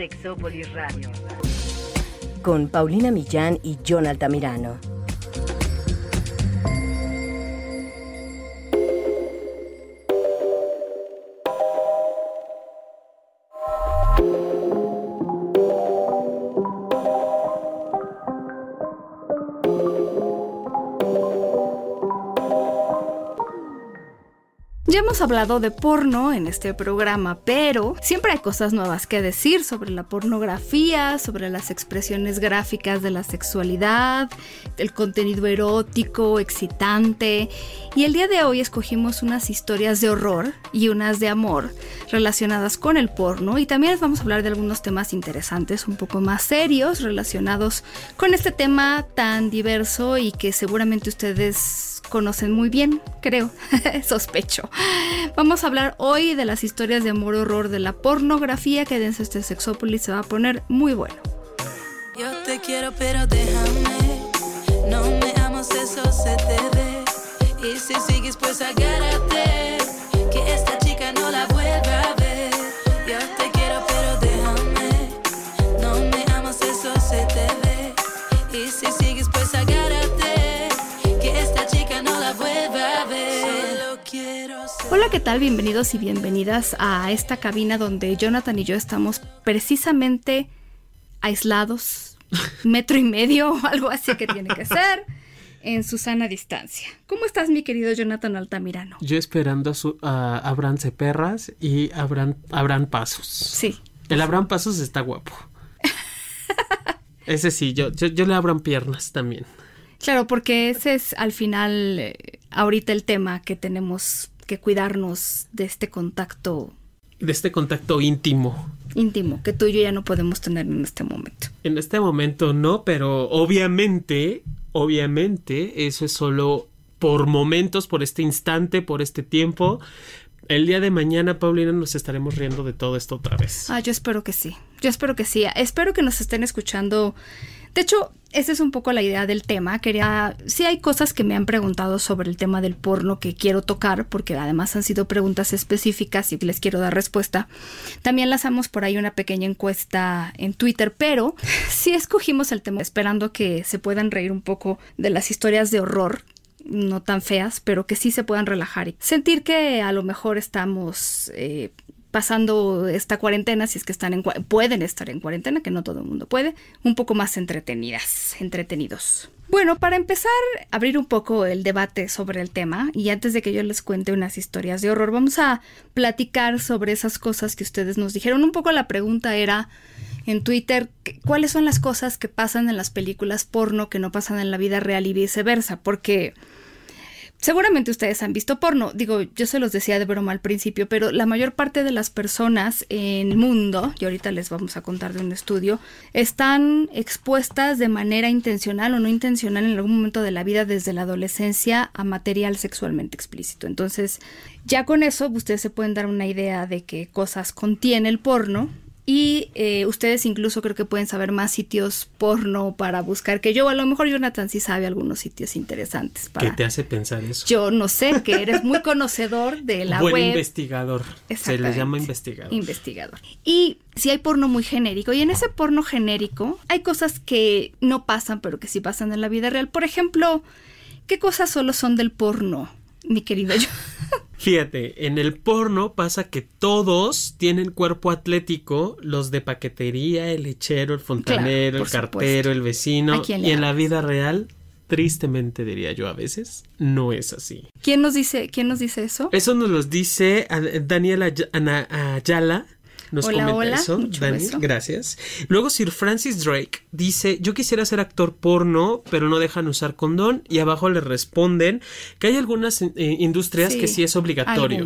Sexópolis Radio. Con Paulina Millán y John Altamirano. Ya hemos hablado de porno en este programa, pero siempre hay cosas nuevas que decir sobre la pornografía, sobre las expresiones gráficas de la sexualidad, el contenido erótico, excitante. Y el día de hoy escogimos unas historias de horror y unas de amor relacionadas con el porno. Y también les vamos a hablar de algunos temas interesantes, un poco más serios, relacionados con este tema tan diverso y que seguramente ustedes conocen muy bien, creo, sospecho. Vamos a hablar hoy de las historias de amor horror de la pornografía. Quédense, este Sexópolis se va a poner muy bueno. Yo te quiero pero déjame, no me amas, eso se te ve. Y si sigues pues agárrate, que esta chica no la vuelva a ver. Yo te quiero pero déjame, no me amas, eso se te ve. Y si sigues pues agárrate, que esta chica no la vuelva a ver. Solo quiero ser... Hola, ¿qué tal? Bienvenidos y bienvenidas a esta cabina donde Jonathan y yo estamos precisamente aislados, 1.5 metros o algo así que tiene que ser, en su sana distancia. ¿Cómo estás, mi querido Jonathan Altamirano? Yo esperando a Abraham Ceperras y Abraham Pasos. Sí. El Abraham Pasos está guapo. Ese sí, yo le abran piernas también. Claro, porque ese es al final ahorita el tema que tenemos que cuidarnos de este contacto. De este contacto íntimo. Íntimo, que tú y yo ya no podemos tener en este momento. En este momento no, pero obviamente, eso es solo por momentos, por este instante, por este tiempo. El día de mañana, Paulina, nos estaremos riendo de todo esto otra vez. Yo espero que sí. Espero que nos estén escuchando. De hecho, esa es un poco la idea del tema. Sí hay cosas que me han preguntado sobre el tema del porno que quiero tocar, porque además han sido preguntas específicas y les quiero dar respuesta. También lanzamos por ahí una pequeña encuesta en Twitter, pero sí escogimos el tema esperando que se puedan reír un poco de las historias de horror, no tan feas, pero que sí se puedan relajar y sentir que a lo mejor estamos pasando esta cuarentena, si es que pueden estar en cuarentena, que no todo el mundo puede, un poco más entretenidos. Bueno, para empezar, abrir un poco el debate sobre el tema, y antes de que yo les cuente unas historias de horror, vamos a platicar sobre esas cosas que ustedes nos dijeron. Un poco la pregunta era en Twitter, ¿cuáles son las cosas que pasan en las películas porno que no pasan en la vida real y viceversa? Porque seguramente ustedes han visto porno. Digo, yo se los decía de broma al principio, pero la mayor parte de las personas en el mundo, y ahorita les vamos a contar de un estudio, están expuestas de manera intencional o no intencional en algún momento de la vida desde la adolescencia a material sexualmente explícito. Entonces, ya con eso ustedes se pueden dar una idea de qué cosas contiene el porno. Y ustedes incluso creo que pueden saber más sitios porno para buscar que yo. A lo mejor Jonathan sí sabe algunos sitios interesantes. ¿Qué te hace pensar eso? Yo no sé, que eres muy conocedor de la web. Buen investigador. Se le llama investigador. Y sí hay porno muy genérico. Y en ese porno genérico hay cosas que no pasan, pero que sí pasan en la vida real. Por ejemplo, ¿qué cosas solo son del porno, mi querido yo? Fíjate, en el porno pasa que todos tienen cuerpo atlético, los de paquetería, el lechero, el fontanero, el cartero, el vecino, y en la vida real, tristemente diría yo a veces, no es así. ¿Quién nos dice eso? Eso nos lo dice Daniela Ayala. Nos comenta eso, Dani, beso. Gracias. Luego Sir Francis Drake dice, yo quisiera ser actor porno, pero no dejan usar condón, y abajo le responden que hay algunas industrias que sí es obligatorio.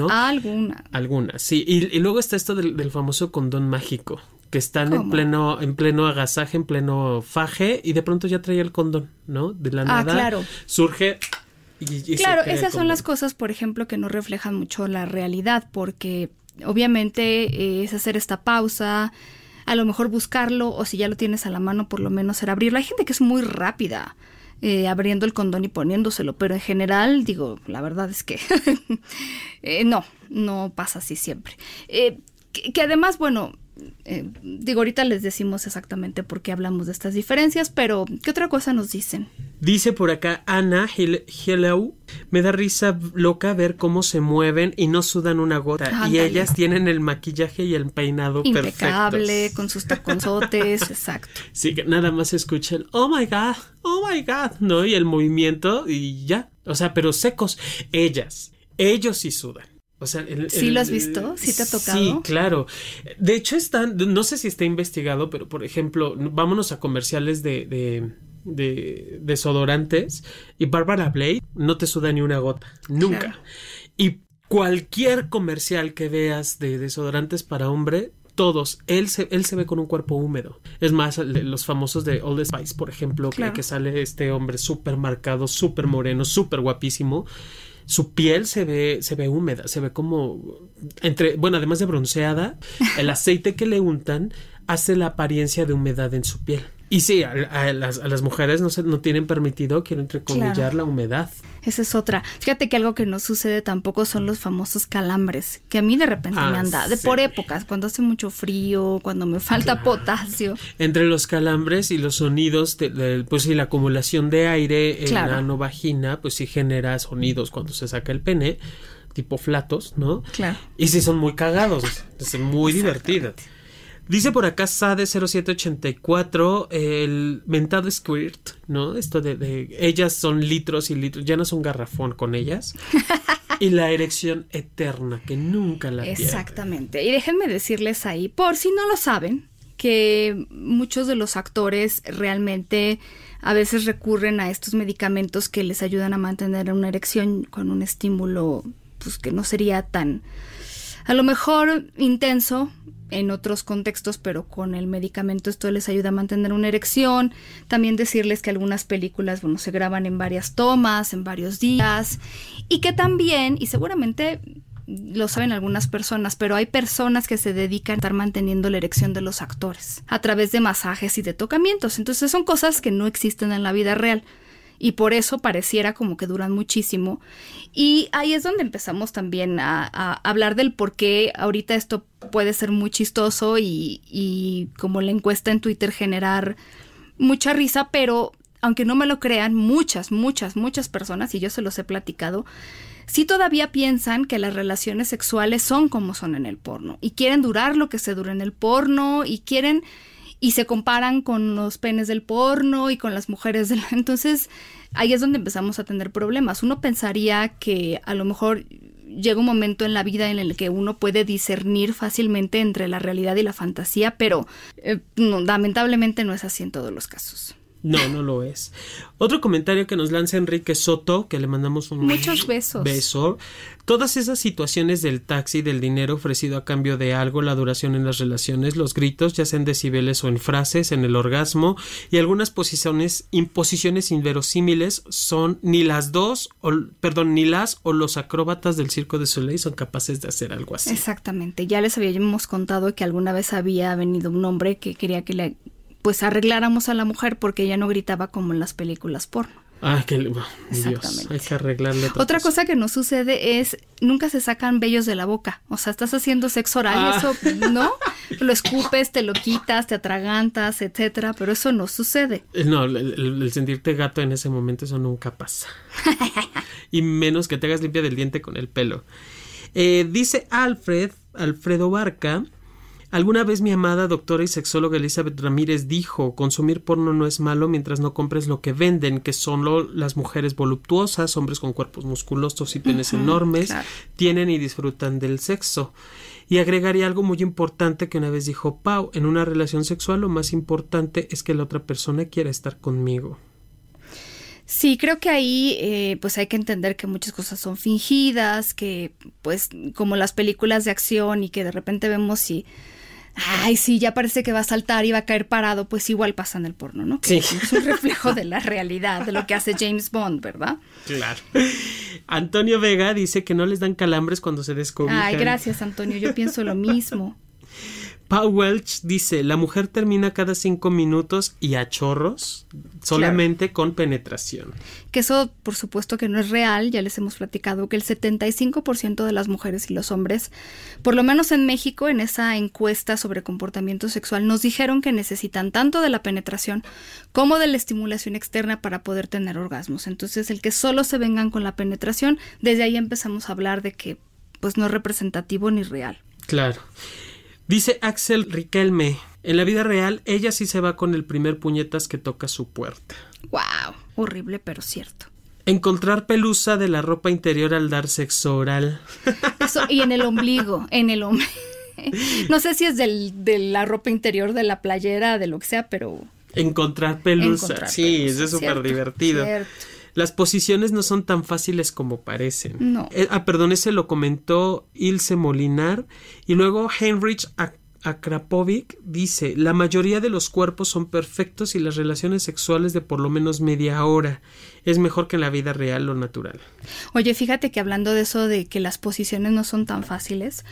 Algunas, sí. Y luego está esto del famoso condón mágico, que están en pleno agasaje, en pleno faje, y de pronto ya trae el condón, ¿no? De la nada claro. Surge... Y claro, esas son las cosas, por ejemplo, que no reflejan mucho la realidad, porque obviamente es hacer esta pausa, a lo mejor buscarlo, o si ya lo tienes a la mano, por lo menos era abrirlo. Hay gente que es muy rápida abriendo el condón y poniéndoselo, pero en general, digo, la verdad es que no pasa así siempre. Que además, bueno, Digo, ahorita les decimos exactamente por qué hablamos de estas diferencias, pero ¿qué otra cosa nos dicen? Dice por acá Ana, hello, me da risa loca ver cómo se mueven y no sudan una gota. Ándale. Y ellas tienen el maquillaje y el peinado impecable, perfectos. Con sus taconzotes, exacto. Sí, que nada más escuchan, oh my God, ¿no? Y el movimiento y ya. O sea, pero secos. Ellos sí sudan. O sea, ¿Sí lo has visto? ¿Sí te ha tocado? Sí, claro. De hecho, no sé si está investigado, pero por ejemplo, vámonos a comerciales de desodorantes y Barbara Blade no te suda ni una gota, nunca. Claro. Y cualquier comercial que veas de desodorantes para hombre, todos, él se ve con un cuerpo húmedo. Es más, los famosos de Old Spice, por ejemplo, claro, que sale este hombre súper marcado, súper moreno, súper guapísimo. Su piel se ve húmeda, se ve como además de bronceada, el aceite que le untan hace la apariencia de humedad en su piel. Y sí, a las mujeres no tienen permitido, quiero entrecomillar, claro, la humedad. Esa es otra. Fíjate que algo que no sucede tampoco son los famosos calambres, que a mí de repente me han dado, sí, por épocas, cuando hace mucho frío, cuando me falta potasio. Entre los calambres y los sonidos, pues sí, la acumulación de aire en la ano-vagina, pues sí genera sonidos cuando se saca el pene, tipo flatos, ¿no? Claro. Y sí son muy cagados, es muy divertido. Dice por acá Sade 0784, el mentado squirt, ¿no? Esto de ellas son litros y litros, ya no es un garrafón con ellas. Y la erección eterna, que nunca la pierde. Exactamente. Y déjenme decirles ahí, por si no lo saben, que muchos de los actores realmente a veces recurren a estos medicamentos que les ayudan a mantener una erección con un estímulo, pues que no sería tan, a lo mejor intenso en otros contextos, pero con el medicamento esto les ayuda a mantener una erección. También decirles que algunas películas, bueno, se graban en varias tomas, en varios días, y que también, y seguramente lo saben algunas personas, pero hay personas que se dedican a estar manteniendo la erección de los actores a través de masajes y de tocamientos. Entonces son cosas que no existen en la vida real. Y por eso pareciera como que duran muchísimo. Y ahí es donde empezamos también a hablar del por qué ahorita esto puede ser muy chistoso y como la encuesta en Twitter generar mucha risa, pero aunque no me lo crean, muchas personas, y yo se los he platicado, sí todavía piensan que las relaciones sexuales son como son en el porno. Y quieren durar lo que se dura en el porno y se comparan con los penes del porno y con las mujeres Entonces, ahí es donde empezamos a tener problemas. Uno pensaría que a lo mejor llega un momento en la vida en el que uno puede discernir fácilmente entre la realidad y la fantasía, pero no, lamentablemente no es así en todos los casos. No, no lo es. Otro comentario que nos lanza Enrique Soto, que le mandamos muchos besos. Beso. Todas esas situaciones del taxi, del dinero ofrecido a cambio de algo, la duración en las relaciones, los gritos, ya sea en decibeles o en frases, en el orgasmo, y algunas imposiciones inverosímiles son ni las o los acróbatas del Circo de Soleil son capaces de hacer algo así. Exactamente. Ya les habíamos contado que alguna vez había venido un hombre que quería que pues arregláramos a la mujer porque ella no gritaba como en las películas porno. Ah, Dios, hay que arreglarle otra cosa que no sucede es, nunca se sacan vellos de la boca. O sea, estás haciendo sexo oral, eso, ¿no? Lo escupes, te lo quitas, te atragantas, etcétera, pero eso no sucede. No, el sentirte gato en ese momento, eso nunca pasa. Y menos que te hagas limpia del diente con el pelo. Dice Alfredo Barca: alguna vez mi amada doctora y sexóloga Elizabeth Ramírez dijo: consumir porno no es malo mientras no compres lo que venden, que son las mujeres voluptuosas, hombres con cuerpos musculosos y penes enormes, claro, tienen y disfrutan del sexo. Y agregaría algo muy importante que una vez dijo Pau: en una relación sexual lo más importante es que la otra persona quiera estar conmigo. Sí, creo que ahí pues hay que entender que muchas cosas son fingidas, que pues como las películas de acción y que de repente vemos ay, sí, ya parece que va a saltar y va a caer parado, pues igual pasa en el porno, ¿no? Que sí, es un reflejo de la realidad, de lo que hace James Bond, ¿verdad? Claro. Antonio Vega dice que no les dan calambres cuando se descobijan. Ay, gracias, Antonio, yo pienso lo mismo. Paul Welch dice, la mujer termina cada 5 minutos y a chorros, solamente con penetración. Que eso, por supuesto que no es real, ya les hemos platicado que el 75% de las mujeres y los hombres, por lo menos en México, en esa encuesta sobre comportamiento sexual, nos dijeron que necesitan tanto de la penetración como de la estimulación externa para poder tener orgasmos. Entonces, el que solo se vengan con la penetración, desde ahí empezamos a hablar de que pues no es representativo ni real. Claro. Dice Axel Riquelme, en la vida real, ella sí se va con el primer puñetas que toca su puerta. ¡Wow! Horrible, pero cierto. Encontrar pelusa de la ropa interior al dar sexo oral. Eso, y en el ombligo, no sé si es de la ropa interior, de la playera, de lo que sea, pero... Encontrar pelusa, sí, eso es súper divertido. Cierto. Las posiciones no son tan fáciles como parecen. No. Perdón, ese lo comentó Ilse Molinar. Y luego Heinrich Akrapovic dice, la mayoría de los cuerpos son perfectos y las relaciones sexuales de por lo menos media hora. Es mejor que en la vida real o natural. Oye, fíjate que hablando de eso de que las posiciones no son tan fáciles,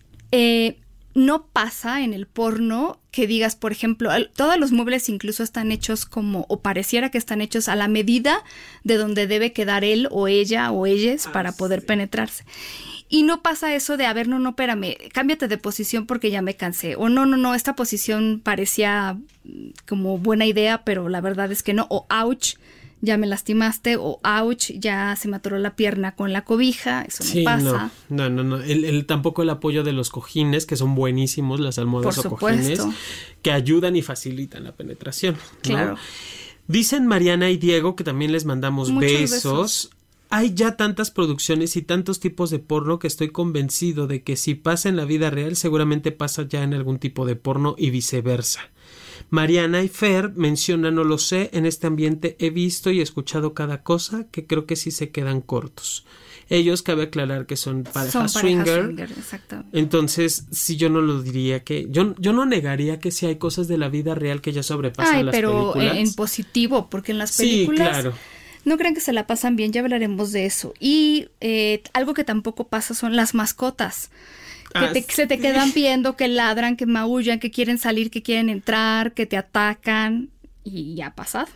no pasa en el porno que digas, por ejemplo, todos los muebles incluso están hechos como, o pareciera que están hechos a la medida de donde debe quedar él o ella o ellas para poder penetrarse. Y no pasa eso de, a ver, no, espérame, cámbiate de posición porque ya me cansé. O no, esta posición parecía como buena idea, pero la verdad es que no. O ouch, ya me lastimaste, o ouch, ya se me atoró la pierna con la cobija, eso no pasa. No. Tampoco el apoyo de los cojines, que son buenísimos, las almohadas o cojines, que ayudan y facilitan la penetración, ¿no? Claro. Dicen Mariana y Diego, que también les mandamos muchos besos. Hay ya tantas producciones y tantos tipos de porno que estoy convencido de que si pasa en la vida real, seguramente pasa ya en algún tipo de porno y viceversa. Mariana y Fer mencionan, no lo sé, en este ambiente he visto y escuchado cada cosa que creo que sí se quedan cortos. Ellos, cabe aclarar que son parejas swinger. Exactamente. Entonces, sí, yo no lo diría que... Yo no negaría que sí hay cosas de la vida real que ya sobrepasan las películas. Pero en positivo, porque en las películas... Sí, claro. No crean que se la pasan bien, ya hablaremos de eso. Y algo que tampoco pasa son las mascotas. Se te quedan viendo, que ladran, que maullan, que quieren salir, que quieren entrar, que te atacan, y ya ha pasado.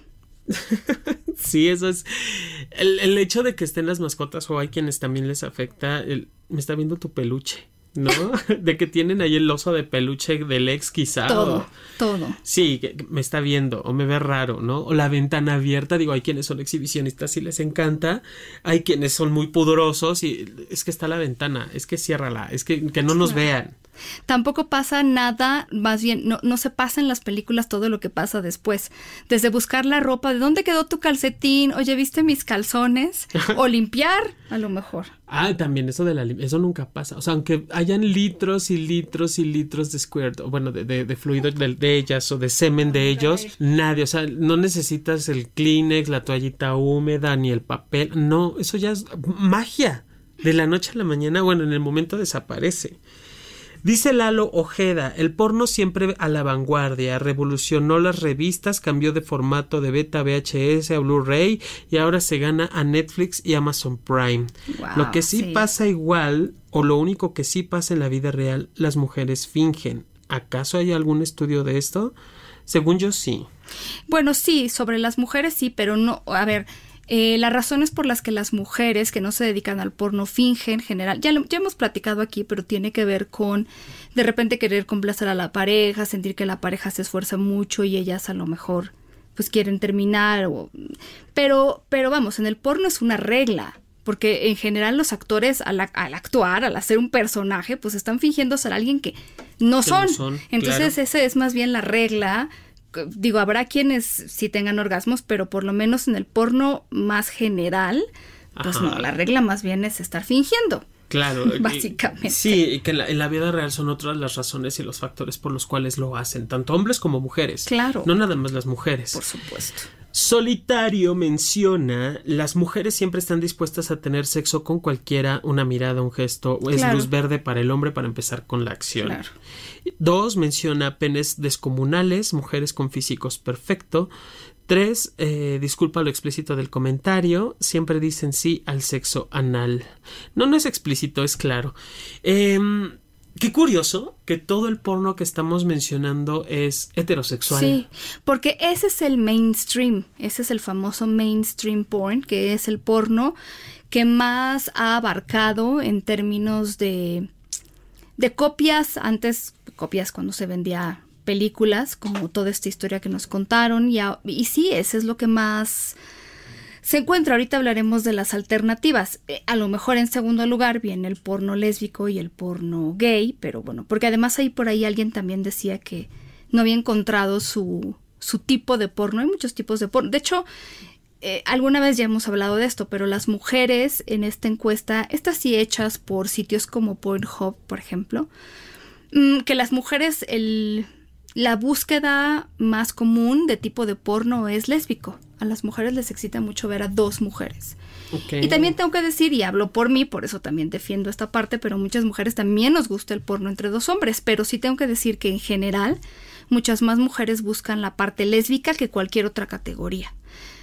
Sí, eso es el hecho de que estén las mascotas, o hay quienes también les afecta me está viendo tu peluche, ¿no? De que tienen ahí el oso de peluche del ex quizá. Todo. Sí, que me está viendo o me ve raro, ¿no? O la ventana abierta, digo, hay quienes son exhibicionistas y les encanta, hay quienes son muy pudorosos y es que está la ventana, es que ciérrala, es que no nos vean. Tampoco pasa nada, más bien no se pasa en las películas todo lo que pasa después. Desde buscar la ropa, ¿de dónde quedó tu calcetín? Oye, ¿viste mis calzones? O limpiar, a lo mejor. También eso eso nunca pasa. O sea, aunque hayan litros y litros y litros de squirt, o bueno, de fluido de ellas o de semen de ellos, nadie, o sea, no necesitas el Kleenex, la toallita húmeda, ni el papel. No, eso ya es magia. De la noche a la mañana, bueno, en el momento desaparece. Dice Lalo Ojeda, el porno siempre a la vanguardia, revolucionó las revistas, cambió de formato de beta VHS a Blu-ray y ahora se gana a Netflix y Amazon Prime. Wow, lo que sí pasa igual, o lo único que sí pasa en la vida real, las mujeres fingen. ¿Acaso hay algún estudio de esto? Según yo, sí. Bueno, sí, sobre las mujeres sí, pero no, a ver... las razones por las que las mujeres que no se dedican al porno fingen en general, ya hemos platicado aquí, pero tiene que ver con de repente querer complacer a la pareja, sentir que la pareja se esfuerza mucho y ellas a lo mejor pues quieren terminar. Pero vamos, en el porno es una regla, porque en general los actores al actuar, al hacer un personaje, pues están fingiendo ser alguien que no son. Entonces claro. Esa es más bien la regla. Digo, habrá quienes sí tengan orgasmos, pero por lo menos en el porno más general, pues no, la regla más bien es estar fingiendo. Claro. Básicamente. Sí, y que en la vida real son otras las razones y los factores por los cuales lo hacen, tanto hombres como mujeres. Claro. No nada más las mujeres. Por supuesto. Solitario menciona, las mujeres siempre están dispuestas a tener sexo con cualquiera, una mirada, un gesto, es luz verde para el hombre para empezar con la acción. Claro. 2, menciona penes descomunales, mujeres con físicos perfecto. 3, disculpa lo explícito del comentario, siempre dicen sí al sexo anal. No es explícito, es claro. Qué curioso que todo el porno que estamos mencionando es heterosexual. Sí, porque ese es el mainstream, ese es el famoso mainstream porn, que es el porno que más ha abarcado en términos de copias, antes copias cuando se vendía películas, como toda esta historia que nos contaron, y sí, ese es lo que más se encuentra. Ahorita hablaremos de las alternativas. A lo mejor en segundo lugar viene el porno lésbico y el porno gay, pero bueno, porque además ahí por ahí alguien también decía que no había encontrado su tipo de porno. Hay muchos tipos de porno. De hecho, alguna vez ya hemos hablado de esto, pero las mujeres en esta encuesta, estas sí hechas por sitios como Pornhub, por ejemplo, que las mujeres, la búsqueda más común de tipo de porno es lésbico. A las mujeres les excita mucho ver a dos mujeres. Okay. Y también tengo que decir, y hablo por mí, por eso también defiendo esta parte, pero muchas mujeres también nos gusta el porno entre dos hombres, pero sí tengo que decir que en general muchas más mujeres buscan la parte lésbica que cualquier otra categoría.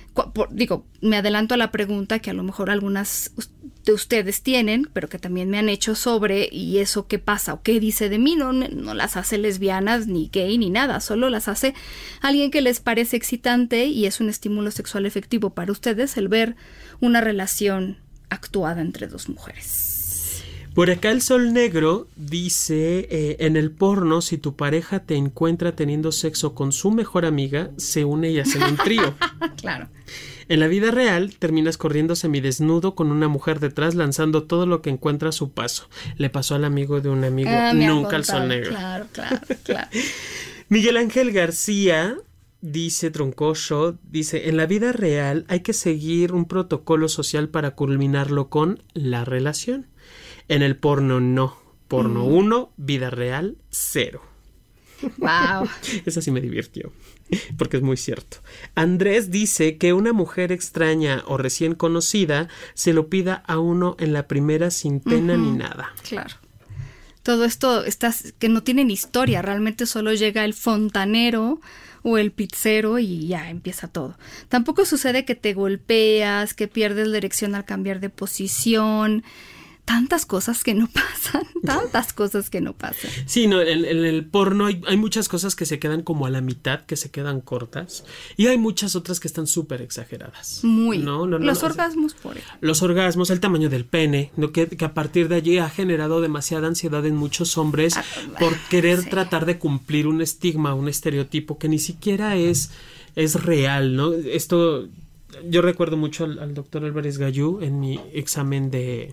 Me adelanto a la pregunta que a lo mejor algunas de ustedes tienen, pero que también me han hecho sobre, ¿y eso qué pasa? ¿O qué dice de mí? No las hace lesbianas, ni gay, ni nada, solo las hace alguien que les parece excitante y es un estímulo sexual efectivo para ustedes el ver una relación actuada entre dos mujeres. Por acá el Sol Negro dice, en el porno, si tu pareja te encuentra teniendo sexo con su mejor amiga, se une y hacen un trío. Claro. En la vida real, terminas corriendo semidesnudo con una mujer detrás lanzando todo lo que encuentra a su paso. Le pasó al amigo de un amigo, nunca al Sol Negro. Claro. Miguel Ángel García dice, Troncoso, dice, en la vida real hay que seguir un protocolo social para culminarlo con la relación. En el porno no. Porno 1, vida real 0. Wow. Esa sí me divirtió, porque es muy cierto. Andrés dice que una mujer extraña o recién conocida se lo pida a uno en la primera sin pena ni nada. Claro. Todo esto que no tienen historia, realmente solo llega el fontanero o el pizzero y ya empieza todo. Tampoco sucede que te golpeas, que pierdes la erección al cambiar de posición. Tantas cosas que no pasan. Sí, no, en el porno hay muchas cosas que se quedan como a la mitad, que se quedan cortas, y hay muchas otras que están súper exageradas. Muy. Los orgasmos, por ejemplo. Los orgasmos, el tamaño del pene, ¿no? Que a partir de allí ha generado demasiada ansiedad en muchos hombres por querer tratar de cumplir un estigma, un estereotipo que ni siquiera es real, ¿no? Esto, yo recuerdo mucho al doctor Álvarez Gallú en mi examen de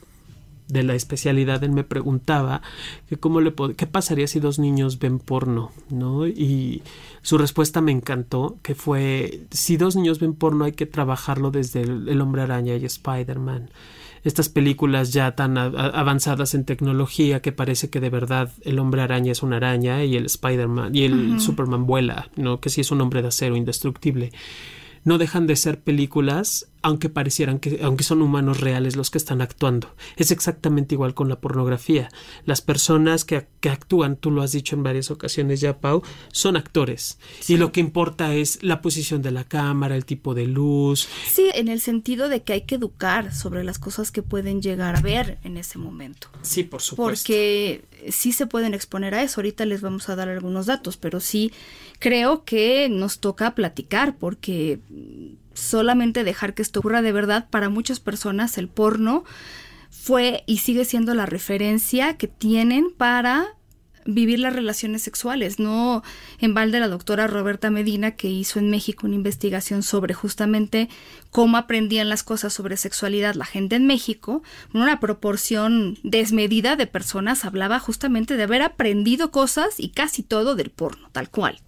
la especialidad. Él me preguntaba que qué pasaría si dos niños ven porno, ¿no? Y su respuesta me encantó, que fue, si dos niños ven porno hay que trabajarlo desde el Hombre Araña y Spider-Man. Estas películas ya tan avanzadas en tecnología que parece que de verdad el Hombre Araña es una araña y el Spider-Man y el Superman vuela, ¿no? Que sí es un hombre de acero indestructible. No dejan de ser películas, aunque son humanos reales los que están actuando. Es exactamente igual con la pornografía. Las personas que actúan, tú lo has dicho en varias ocasiones ya, Pau, son actores. Sí. Y lo que importa es la posición de la cámara, el tipo de luz. Sí, en el sentido de que hay que educar sobre las cosas que pueden llegar a ver en ese momento. Sí, por supuesto. Porque sí se pueden exponer a eso. Ahorita les vamos a dar algunos datos, pero sí creo que nos toca platicar, porque solamente dejar que esto ocurra de verdad, para muchas personas el porno fue y sigue siendo la referencia que tienen para vivir las relaciones sexuales. No en balde la doctora Roberta Medina, que hizo en México una investigación sobre justamente cómo aprendían las cosas sobre sexualidad la gente en México, una proporción desmedida de personas hablaba justamente de haber aprendido cosas y casi todo del porno, tal cual.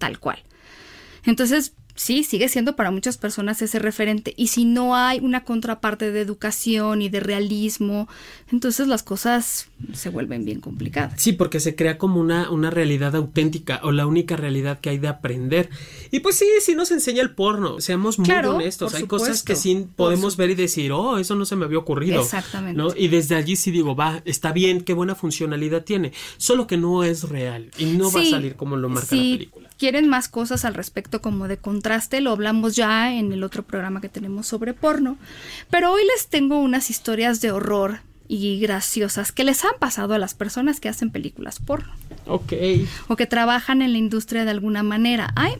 Entonces, sí, sigue siendo para muchas personas ese referente. Y si no hay una contraparte de educación y de realismo, entonces las cosas se vuelven bien complicadas. Sí, porque se crea como una realidad auténtica o la única realidad que hay de aprender. Y pues sí nos enseña el porno. Seamos muy honestos. Hay cosas que sí podemos ver y decir, eso no se me había ocurrido. Exactamente. ¿No? Y desde allí sí digo, está bien, qué buena funcionalidad tiene. Solo que no es real y no va a salir como lo marca la película. ¿Quieren más cosas al respecto como de contraste? Lo hablamos ya en el otro programa que tenemos sobre porno. Pero hoy les tengo unas historias de horror y graciosas que les han pasado a las personas que hacen películas porno. Ok. O que trabajan en la industria de alguna manera. Hay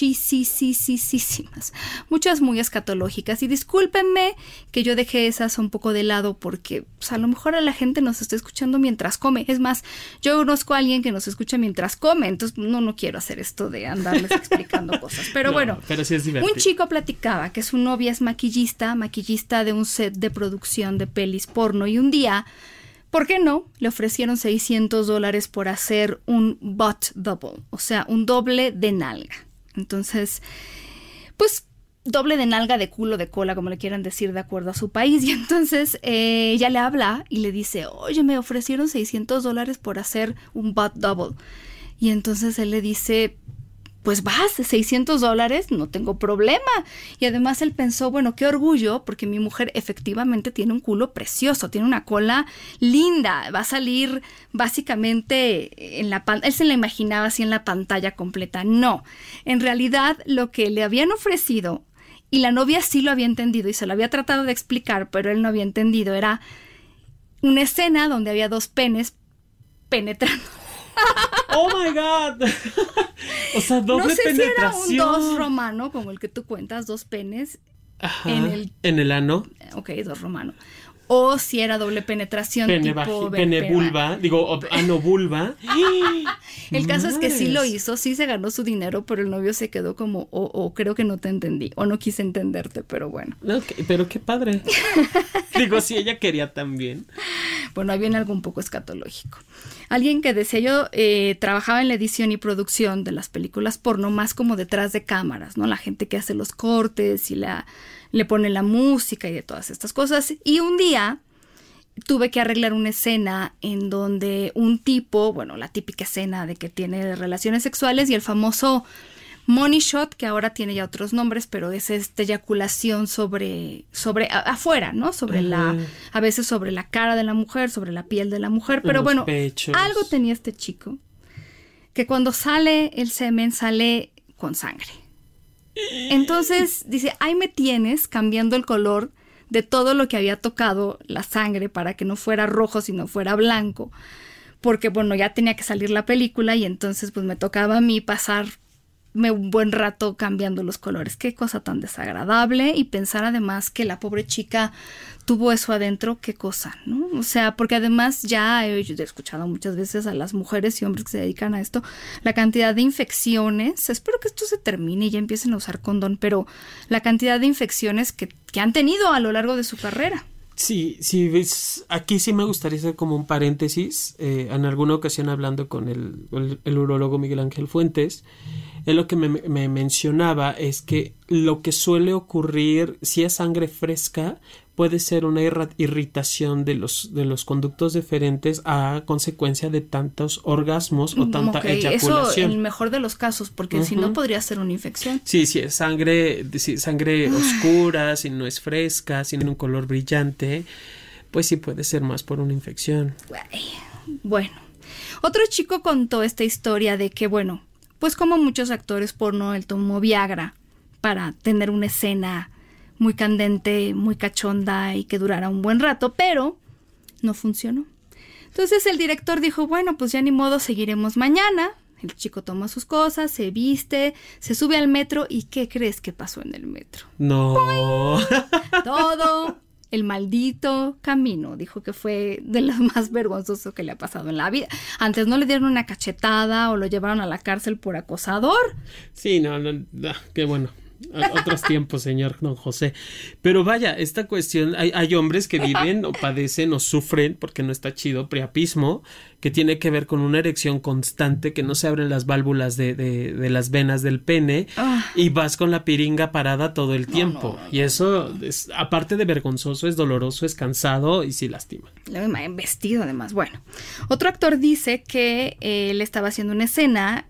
muchísimas. Muchas muy escatológicas. Y discúlpenme que yo dejé esas un poco de lado porque pues, a lo mejor a la gente nos está escuchando mientras come. Es más, yo conozco a alguien que nos escucha mientras come. Entonces no quiero hacer esto de andarles explicando cosas. Pero bueno, pero sí es divertido. Un chico platicaba que su novia es maquillista de un set de producción de pelis porno. Y un día, ¿por qué no? Le ofrecieron $600 por hacer un butt double, o sea, un doble de nalga. Entonces, pues, doble de nalga, de culo, de cola, como le quieran decir, de acuerdo a su país. Y entonces ella le habla y le dice, oye, me ofrecieron $600 por hacer un butt double. Y entonces él le dice, pues vas, $600, no tengo problema. Y además él pensó, bueno, qué orgullo, porque mi mujer efectivamente tiene un culo precioso, tiene una cola linda, va a salir básicamente en la pantalla. Él se la imaginaba así en la pantalla completa. No, en realidad lo que le habían ofrecido, y la novia sí lo había entendido y se lo había tratado de explicar, pero él no había entendido, era una escena donde había dos penes penetrando. ¡Oh, my God! O sea, doble penetración. No sé si era un 2 romano, como el que tú cuentas, 2 penes. Ajá, en el ano. Ok, 2 romano. O si era doble penetración pene vulva, ano vulva. El caso es que sí lo hizo, sí se ganó su dinero, pero el novio se quedó como, creo que no te entendí, o no quise entenderte, pero bueno. Okay, pero qué padre. Si ella quería también. Bueno, ahí viene algo un poco escatológico. Alguien que decía, yo trabajaba en la edición y producción de las películas porno, más como detrás de cámaras, ¿no? La gente que hace los cortes y le pone la música y de todas estas cosas. Y un día tuve que arreglar una escena en donde un tipo, bueno, la típica escena de que tiene relaciones sexuales y el famoso money shot, que ahora tiene ya otros nombres, pero es esta eyaculación sobre afuera, ¿no? A veces sobre la cara de la mujer, sobre la piel de la mujer. Pero bueno, pechos. Algo tenía este chico, que cuando sale el semen sale con sangre. Entonces dice, ahí me tienes cambiando el color de todo lo que había tocado la sangre para que no fuera rojo, sino fuera blanco. Porque bueno, ya tenía que salir la película y entonces pues me tocaba a mí pasarme un buen rato cambiando los colores. Qué cosa tan desagradable. Y pensar además que la pobre chica tuvo eso adentro, qué cosa, ¿no? O sea, porque además ya he escuchado muchas veces a las mujeres y hombres que se dedican a esto, la cantidad de infecciones, espero que esto se termine y ya empiecen a usar condón, pero la cantidad de infecciones que han tenido a lo largo de su carrera. Sí, aquí sí me gustaría hacer como un paréntesis. En alguna ocasión hablando con el urólogo Miguel Ángel Fuentes, él lo que me mencionaba es que lo que suele ocurrir, si es sangre fresca, puede ser una irritación de los conductos deferentes a consecuencia de tantos orgasmos o tanta eyaculación. Eso en el mejor de los casos, porque si no podría ser una infección. Sí, es sangre oscura, si no es fresca, si no tiene un color brillante, pues sí puede ser más por una infección. Bueno, otro chico contó esta historia de que, bueno, pues como muchos actores porno, él tomó Viagra para tener una escena muy candente, muy cachonda y que durara un buen rato, pero no funcionó. Entonces el director dijo, bueno, pues ya ni modo, seguiremos mañana. El chico toma sus cosas, se viste, se sube al metro y ¿qué crees que pasó en el metro? No. ¡Poing! Todo el maldito camino. Dijo que fue de lo más vergonzoso que le ha pasado en la vida. Antes no le dieron una cachetada o lo llevaron a la cárcel por acosador. Sí, no, qué bueno. Otros tiempos, señor don José. Pero vaya, esta cuestión, hay hombres que viven o padecen o sufren, porque no está chido, priapismo, que tiene que ver con una erección constante, que no se abren las válvulas de las venas del pene y vas con la piringa parada todo el tiempo. No. Y eso, es, aparte de vergonzoso, es doloroso, es cansado y sí lastima. En vestido además. Bueno, otro actor dice que él estaba haciendo una escena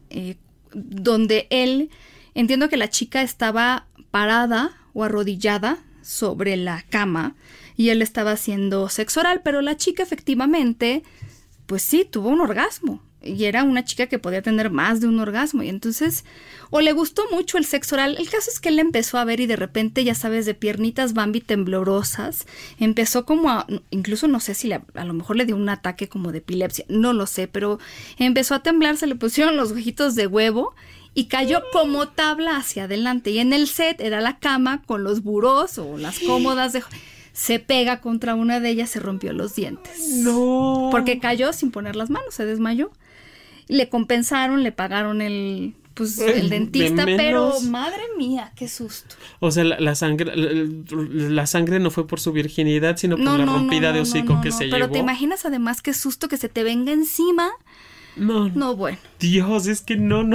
donde él... Entiendo que la chica estaba parada o arrodillada sobre la cama y él estaba haciendo sexo oral, pero la chica efectivamente, pues sí, tuvo un orgasmo. Y era una chica que podía tener más de un orgasmo. Y entonces, o le gustó mucho el sexo oral. El caso es que él empezó a ver y de repente, ya sabes, de piernitas Bambi temblorosas. Empezó como a, incluso no sé si a lo mejor le dio un ataque como de epilepsia. No lo sé, pero empezó a temblar, se le pusieron los ojitos de huevo y cayó como tabla hacia adelante. Y en el set era la cama con los burós o las cómodas de... Se pega contra una de ellas, se rompió los dientes. ¡No! Porque cayó sin poner las manos, se desmayó. Le compensaron, le pagaron el dentista, pero madre mía, qué susto. O sea, la sangre no fue por su virginidad, sino por la rompida de hocico que se llevó. Pero te imaginas además qué susto que se te venga encima. No, bueno. Dios, es que no.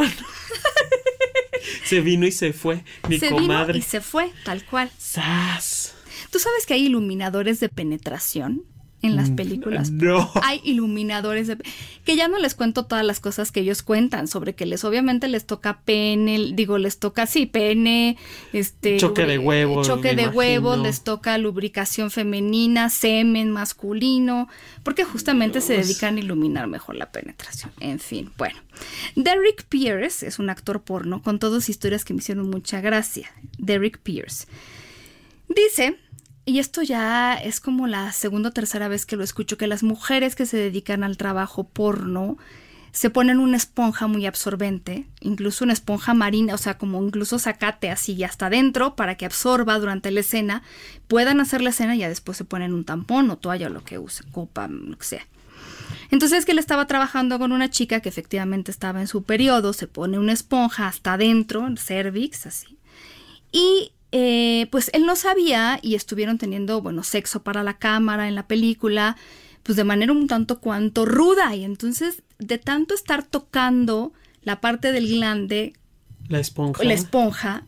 Se vino y se fue, mi comadre. Vino y se fue, tal cual. ¡Sas! ¿Tú sabes que hay iluminadores de penetración en las películas? No. Hay iluminadores que ya no les cuento todas las cosas que ellos cuentan sobre que obviamente les toca pene, choque de huevos, les toca lubricación femenina, semen masculino, porque justamente se dedican a iluminar mejor la penetración. En fin, bueno. Derek Pierce es un actor porno con todas historias que me hicieron mucha gracia. Derek Pierce dice, y esto ya es como la segunda o tercera vez que lo escucho, que las mujeres que se dedican al trabajo porno se ponen una esponja muy absorbente, incluso una esponja marina, o sea, como incluso zacate así hasta adentro para que absorba durante la escena, puedan hacer la escena y ya después se ponen un tampón o toalla o lo que usen, copa, lo que sea. Entonces que él estaba trabajando con una chica que efectivamente estaba en su periodo, se pone una esponja hasta adentro, el cervix, así, y pues él no sabía y estuvieron teniendo, sexo para la cámara en la película, pues de manera un tanto cuanto ruda. Y entonces, de tanto estar tocando la parte del glande, la esponja,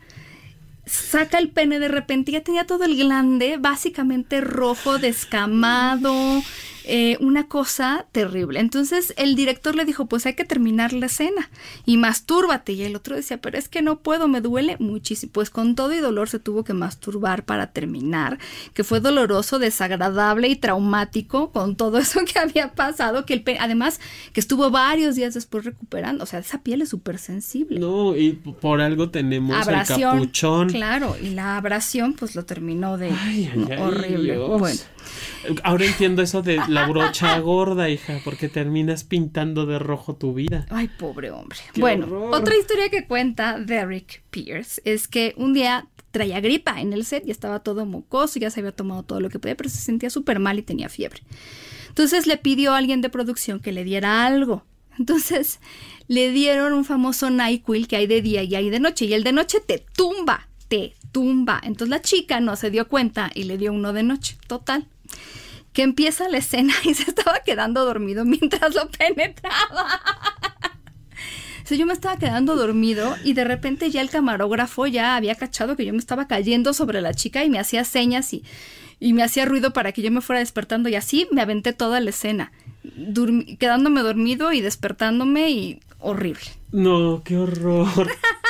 saca el pene de repente y ya tenía todo el glande básicamente rojo, descamado, una cosa terrible. Entonces el director le dijo, pues hay que terminar la escena y mastúrbate. Y el otro decía, pero es que no puedo, me duele muchísimo. Pues con todo y dolor se tuvo que masturbar para terminar, que fue doloroso, desagradable y traumático con todo eso que había pasado, que además que estuvo varios días después recuperando. O sea, esa piel es súper sensible. No, y por algo tenemos abrasión, el capuchón. Claro, y la abrasión pues lo terminó de horrible. Dios. Bueno. Ahora entiendo eso de la brocha gorda, hija, porque terminas pintando de rojo tu vida. Ay, pobre hombre. Qué bueno, horror. Otra historia que cuenta Derek Pierce es que un día traía gripa en el set y estaba todo mocoso, ya se había tomado todo lo que podía, pero se sentía súper mal y tenía fiebre. Entonces le pidió a alguien de producción que le diera algo. Entonces le dieron un famoso NyQuil que hay de día y hay de noche, y el de noche te tumba. Entonces la chica no se dio cuenta y le dio uno de noche. Total, que empieza la escena y se estaba quedando dormido mientras lo penetraba. O sea, yo me estaba quedando dormido y de repente ya el camarógrafo ya había cachado que yo me estaba cayendo sobre la chica y me hacía señas y me hacía ruido para que yo me fuera despertando, y así me aventé toda la escena, quedándome dormido y despertándome, y horrible. No, qué horror.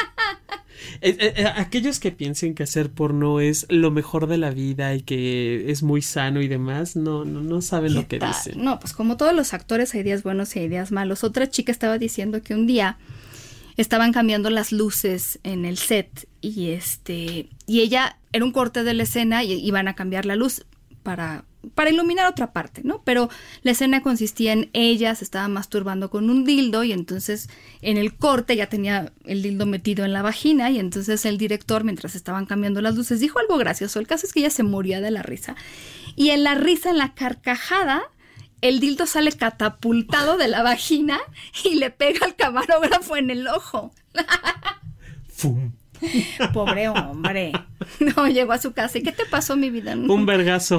Aquellos que piensen que hacer porno es lo mejor de la vida y que es muy sano y demás, no saben lo que dicen. No, pues como todos los actores hay días buenos y hay días malos. Otra chica estaba diciendo que un día estaban cambiando las luces en el set y ella, era un corte de la escena y iban a cambiar la luz para iluminar otra parte, ¿no? Pero la escena consistía en ella se estaba masturbando con un dildo y entonces en el corte ya tenía el dildo metido en la vagina, y entonces el director, mientras estaban cambiando las luces, dijo algo gracioso. El caso es que ella se moría de la risa, y en la risa, en la carcajada, el dildo sale catapultado de la vagina y le pega al camarógrafo en el ojo. ¡Fum! Pobre hombre. No, llegó a su casa. ¿Y qué te pasó, mi vida? Un vergazo.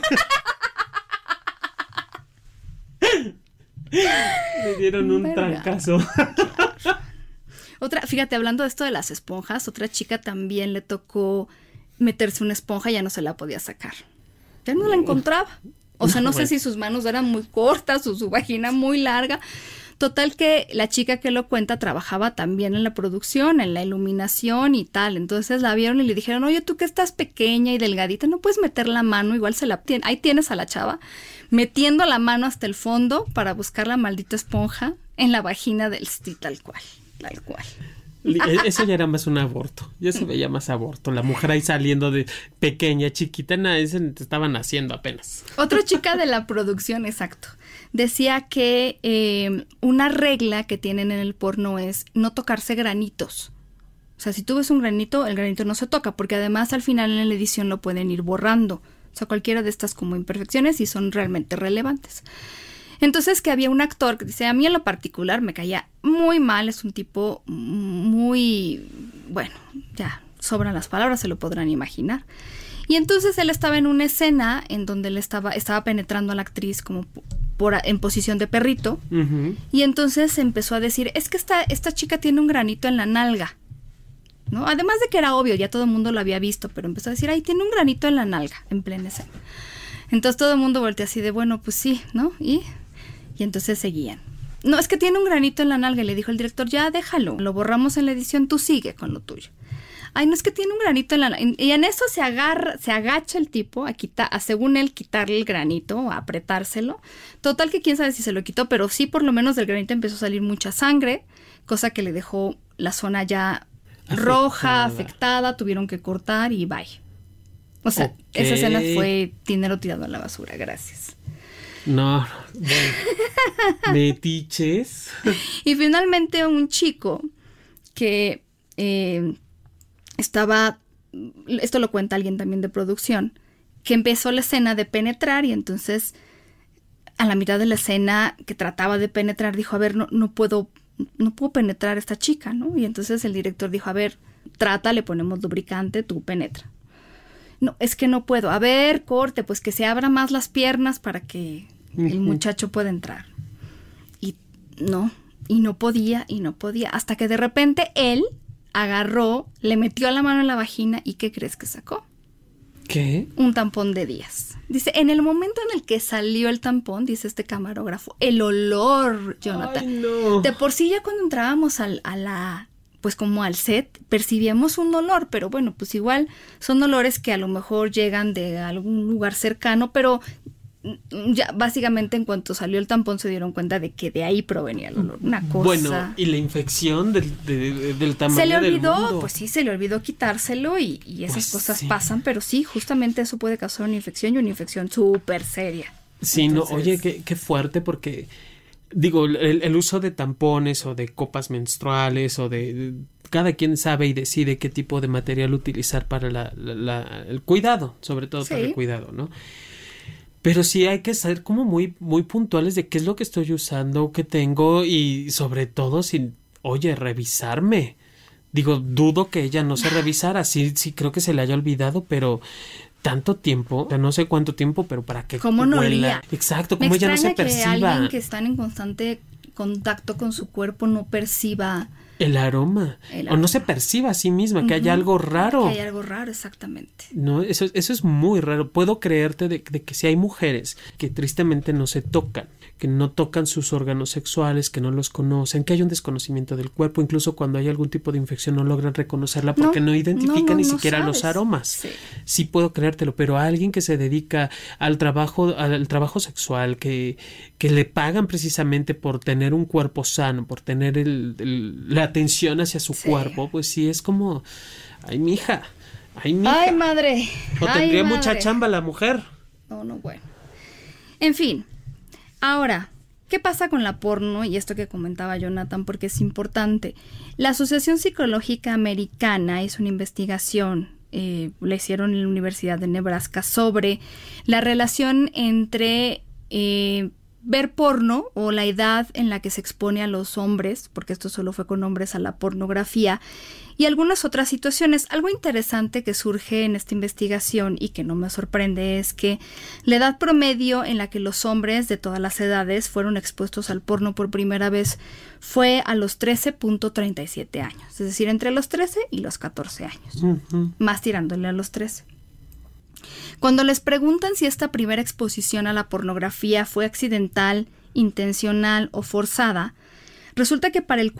Le dieron un trancazo. Otra, fíjate, hablando de esto de las esponjas, otra chica también le tocó meterse una esponja y ya no se la podía sacar. Ya no la encontraba. O sea, no sé si sus manos eran muy cortas o su vagina muy larga. Total que la chica que lo cuenta trabajaba también en la producción, en la iluminación y tal. Entonces la vieron y le dijeron, oye, tú que estás pequeña y delgadita, ¿no puedes meter la mano? Igual ahí tienes a la chava metiendo la mano hasta el fondo para buscar la maldita esponja en la vagina del sí, tal cual. Eso ya era más un aborto. Ya se veía más aborto. La mujer ahí saliendo de pequeña, chiquita, estaban naciendo apenas. Otra chica de la producción, exacto, decía que una regla que tienen en el porno es no tocarse granitos. O sea, si tú ves un granito, el granito no se toca, porque además al final en la edición lo pueden ir borrando. O sea, cualquiera de estas como imperfecciones y son realmente relevantes. Entonces que había un actor que dice, a mí en lo particular me caía muy mal, es un tipo muy, bueno, ya sobran las palabras, se lo podrán imaginar. Y entonces él estaba en una escena en donde él estaba penetrando a la actriz como en posición de perrito. Uh-huh. Y entonces empezó a decir, es que esta chica tiene un granito en la nalga, ¿no? Además de que era obvio, ya todo el mundo lo había visto, pero empezó a decir, ay, tiene un granito en la nalga, en plena escena. Entonces todo el mundo voltea así de, bueno, pues sí, ¿no? Y entonces seguían. No, es que tiene un granito en la nalga. Y le dijo el director, ya déjalo, lo borramos en la edición, tú sigue con lo tuyo. Ay, no, es que tiene un granito en la nalga. Y en eso se agacha el tipo a según él, quitarle el granito, a apretárselo. Total que quién sabe si se lo quitó, pero sí por lo menos del granito empezó a salir mucha sangre, cosa que le dejó la zona ya roja, afectada, tuvieron que cortar y bye. O sea, esa escena fue dinero tirado a la basura, gracias. No, metiches. Y finalmente un chico que estaba, esto lo cuenta alguien también de producción, que empezó la escena de penetrar y entonces a la mitad de la escena que trataba de penetrar dijo, a ver, no puedo penetrar a esta chica, ¿no? Y entonces el director dijo, a ver, trata, le ponemos lubricante, tú penetra. No, es que no puedo. A ver, corte, pues que se abra más las piernas para que el muchacho pueda entrar. Y no podía, hasta que de repente él agarró, le metió la mano en la vagina y ¿qué crees que sacó? ¿Qué? Un tampón de Díaz. Dice, en el momento en el que salió el tampón, dice este camarógrafo, el olor, Jonathan. Ay, no. De por sí ya cuando entrábamos pues como al set, percibíamos un olor, pero bueno, pues igual son olores que a lo mejor llegan de algún lugar cercano, pero ya básicamente en cuanto salió el tampón se dieron cuenta de que de ahí provenía el olor. Una cosa. Bueno, y la infección del tamaño se le olvidó, del mundo. Pues sí, se le olvidó quitárselo y esas pues cosas sí. Pasan, pero sí, justamente eso puede causar una infección y una infección súper seria. Sí, entonces, no, oye, qué fuerte porque digo, el uso de tampones o de copas menstruales o de cada quien sabe y decide qué tipo de material utilizar para el cuidado, sobre todo para el cuidado, ¿no? Pero sí hay que ser como muy, muy puntuales de qué es lo que estoy usando, qué tengo y sobre todo revisarme. Digo, dudo que ella no se revisara, sí creo que se le haya olvidado, pero tanto tiempo, o sea, no sé cuánto tiempo, pero para que ¿cómo no olía? Exacto, como ella no se perciba. Que alguien que está en constante contacto con su cuerpo no perciba el aroma. O no se perciba a sí misma, que haya algo raro. Que hay algo raro, exactamente. No, eso es muy raro. Puedo creerte de que si hay mujeres que tristemente no se tocan, que no tocan sus órganos sexuales, que no los conocen, que hay un desconocimiento del cuerpo, incluso cuando hay algún tipo de infección no logran reconocerla porque no identifican ni siquiera los aromas. Sí puedo creértelo, pero a alguien que se dedica al trabajo sexual, que le pagan precisamente por tener un cuerpo sano, por tener la atención hacia su cuerpo, pues sí es como, ay, mija. Ay, madre. O tendría mucha chamba la mujer. No, bueno. En fin. Ahora, ¿qué pasa con la porno? Y esto que comentaba Jonathan, porque es importante. La Asociación Psicológica Americana hizo una investigación, la hicieron en la Universidad de Nebraska, sobre la relación entre ver porno o la edad en la que se expone a los hombres, porque esto solo fue con hombres, a la pornografía, y algunas otras situaciones. Algo interesante que surge en esta investigación y que no me sorprende es que la edad promedio en la que los hombres de todas las edades fueron expuestos al porno por primera vez fue a los 13.37 años, es decir, entre los 13 y los 14 años, más tirándole a los 13. Cuando les preguntan si esta primera exposición a la pornografía fue accidental, intencional o forzada, resulta que para el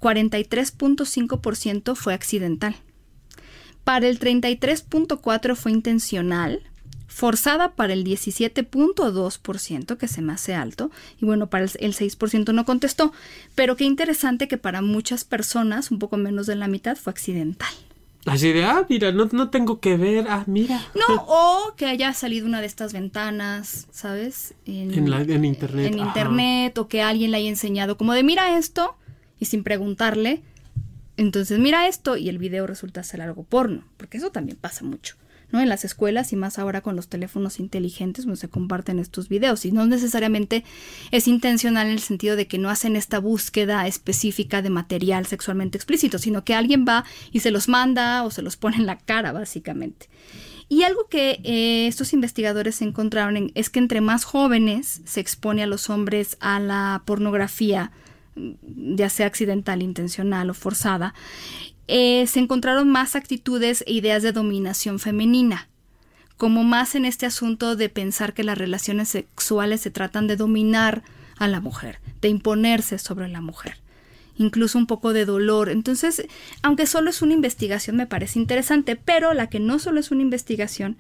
43.5% fue accidental. Para el 33.4% fue intencional, forzada para el 17.2%, que se me hace alto, y bueno, para el 6% no contestó, pero qué interesante que para muchas personas, un poco menos de la mitad, fue accidental. Así de, mira, no tengo que ver, mira. No, o que haya salido una de estas ventanas, ¿sabes? En internet. En internet, o que alguien le haya enseñado como de, mira esto, y sin preguntarle, entonces mira esto, y el video resulta ser algo porno, porque eso también pasa mucho, ¿no? En las escuelas y más ahora con los teléfonos inteligentes donde se comparten estos videos y no necesariamente es intencional en el sentido de que no hacen esta búsqueda específica de material sexualmente explícito, sino que alguien va y se los manda o se los pone en la cara básicamente. Y algo que estos investigadores encontraron es que entre más jóvenes se expone a los hombres a la pornografía, ya sea accidental, intencional o forzada, se encontraron más actitudes e ideas de dominación femenina, como más en este asunto de pensar que las relaciones sexuales se tratan de dominar a la mujer, de imponerse sobre la mujer, incluso un poco de dolor. Entonces, aunque solo es una investigación, me parece interesante, pero la que no solo es una investigación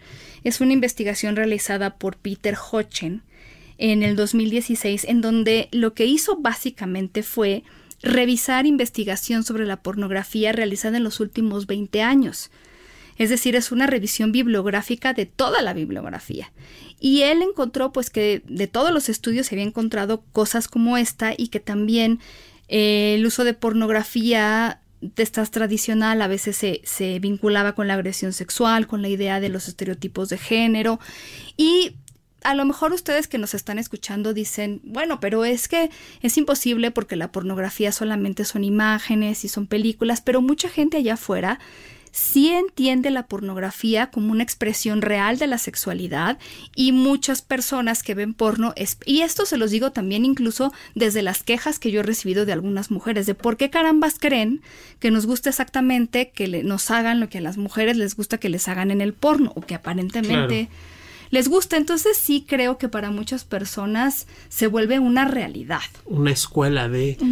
realizada por Peter Hochen en el 2016, en donde lo que hizo básicamente fue revisar investigación sobre la pornografía realizada en los últimos 20 años. Es decir, es una revisión bibliográfica de toda la bibliografía. Y él encontró pues que de todos los estudios se había encontrado cosas como esta y que también el uso de pornografía de estas tradicional a veces se vinculaba con la agresión sexual, con la idea de los estereotipos de género. Y a lo mejor ustedes que nos están escuchando dicen, bueno, pero es que es imposible porque la pornografía solamente son imágenes y son películas, pero mucha gente allá afuera sí entiende la pornografía como una expresión real de la sexualidad y muchas personas que ven porno, y esto se los digo también incluso desde las quejas que yo he recibido de algunas mujeres, de por qué carambas creen que nos gusta exactamente que nos hagan lo que a las mujeres les gusta que les hagan en el porno, o que aparentemente les gusta. Entonces sí creo que para muchas personas se vuelve una realidad. Una escuela.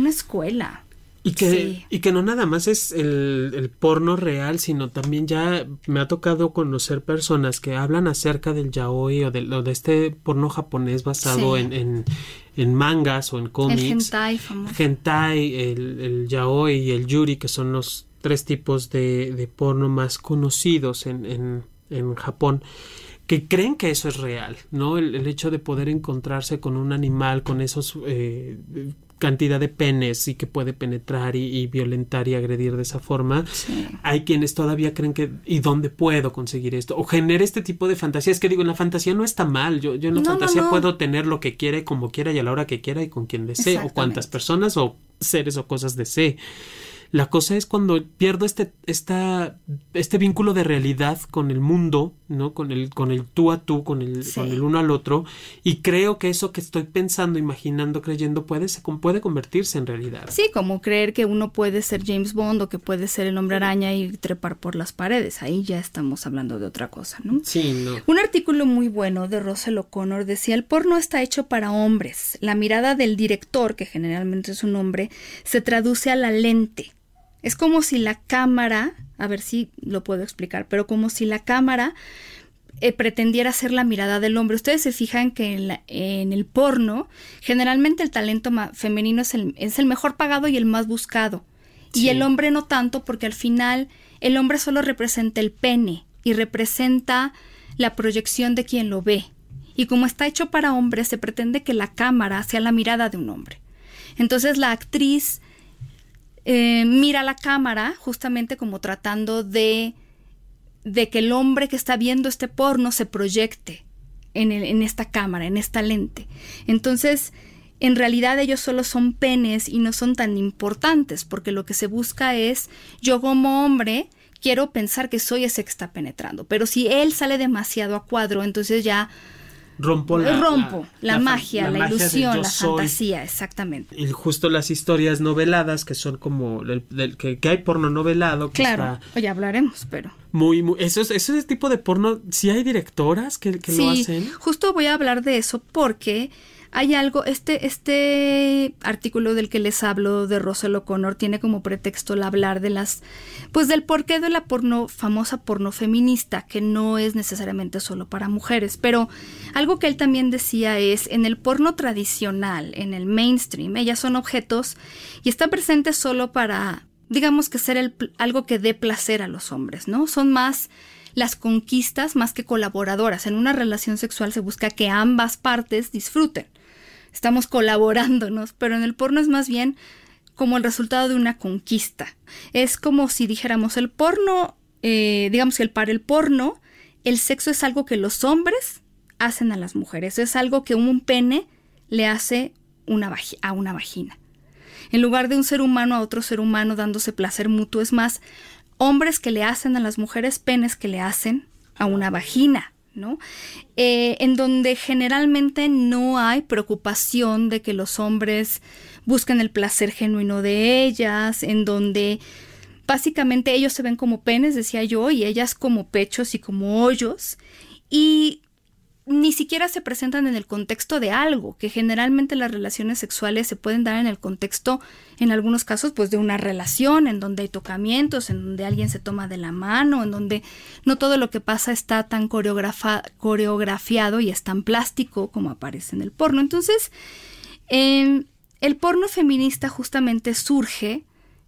Y que no nada más es el porno real, sino también ya me ha tocado conocer personas que hablan acerca del yaoi o de este porno japonés basado en mangas o en cómics. El hentai famoso. El yaoi y el yuri, que son los 3 tipos de porno más conocidos en Japón, que creen que eso es real, ¿no? El hecho de poder encontrarse con un animal, con esos cantidad de penes y que puede penetrar y violentar y agredir de esa forma. Sí. Hay quienes todavía creen que ¿y dónde puedo conseguir esto? O genera este tipo de fantasías. Que digo, en la fantasía no está mal. Yo en la fantasía puedo tener lo que quiera y como quiera y a la hora que quiera y con quien desee, o cuantas personas o seres o cosas desee. La cosa es cuando pierdo este vínculo de realidad con el mundo, ¿no? Con el tú a tú, con el uno al otro, y creo que eso que estoy pensando, imaginando, creyendo puede convertirse en realidad. Sí, como creer que uno puede ser James Bond o que puede ser el Hombre Araña y trepar por las paredes. Ahí ya estamos hablando de otra cosa, ¿no? Sí, no. Un artículo muy bueno de Russell O'Connor decía: el porno está hecho para hombres. La mirada del director, que generalmente es un hombre, se traduce a la lente. Es como si la cámara, a ver si lo puedo explicar, pero como si la cámara pretendiera ser la mirada del hombre. Ustedes se fijan que en el porno, generalmente el talento femenino es el mejor pagado y el más buscado. Sí. Y el hombre no tanto, porque al final el hombre solo representa el pene y representa la proyección de quien lo ve. Y como está hecho para hombres, se pretende que la cámara sea la mirada de un hombre. Entonces la actriz mira la cámara justamente como tratando de que el hombre que está viendo este porno se proyecte en esta cámara, en esta lente. Entonces, en realidad ellos solo son penes y no son tan importantes, porque lo que se busca es, yo como hombre quiero pensar que soy ese que está penetrando, pero si él sale demasiado a cuadro, entonces ya rompo la magia, la ilusión, la fantasía, exactamente. Y justo las historias noveladas, que son como que hay porno novelado. Que claro, ya hablaremos, pero muy ese tipo de porno, sí hay directoras que lo hacen. Justo voy a hablar de eso porque hay algo, este artículo del que les hablo de Russell O'Connor tiene como pretexto el hablar de del porqué de la famosa porno feminista, que no es necesariamente solo para mujeres, pero algo que él también decía es, en el porno tradicional, en el mainstream, ellas son objetos y están presentes solo para, digamos que ser algo que dé placer a los hombres, ¿no? Son más las conquistas más que colaboradoras. En una relación sexual se busca que ambas partes disfruten. Estamos colaborándonos, pero en el porno es más bien como el resultado de una conquista. Es como si dijéramos el porno, digamos que para el porno, el sexo es algo que los hombres hacen a las mujeres. Es algo que un pene le hace a una vagina. En lugar de un ser humano a otro ser humano dándose placer mutuo, es más hombres que le hacen a las mujeres, penes que le hacen a una vagina, ¿no? En donde generalmente no hay preocupación de que los hombres busquen el placer genuino de ellas, en donde básicamente ellos se ven como penes, decía yo, y ellas como pechos y como hoyos, y ni siquiera se presentan en el contexto de algo, que generalmente las relaciones sexuales se pueden dar en el contexto, en algunos casos, pues de una relación, en donde hay tocamientos, en donde alguien se toma de la mano, en donde no todo lo que pasa está tan coreografiado y es tan plástico como aparece en el porno. Entonces, el porno feminista justamente surge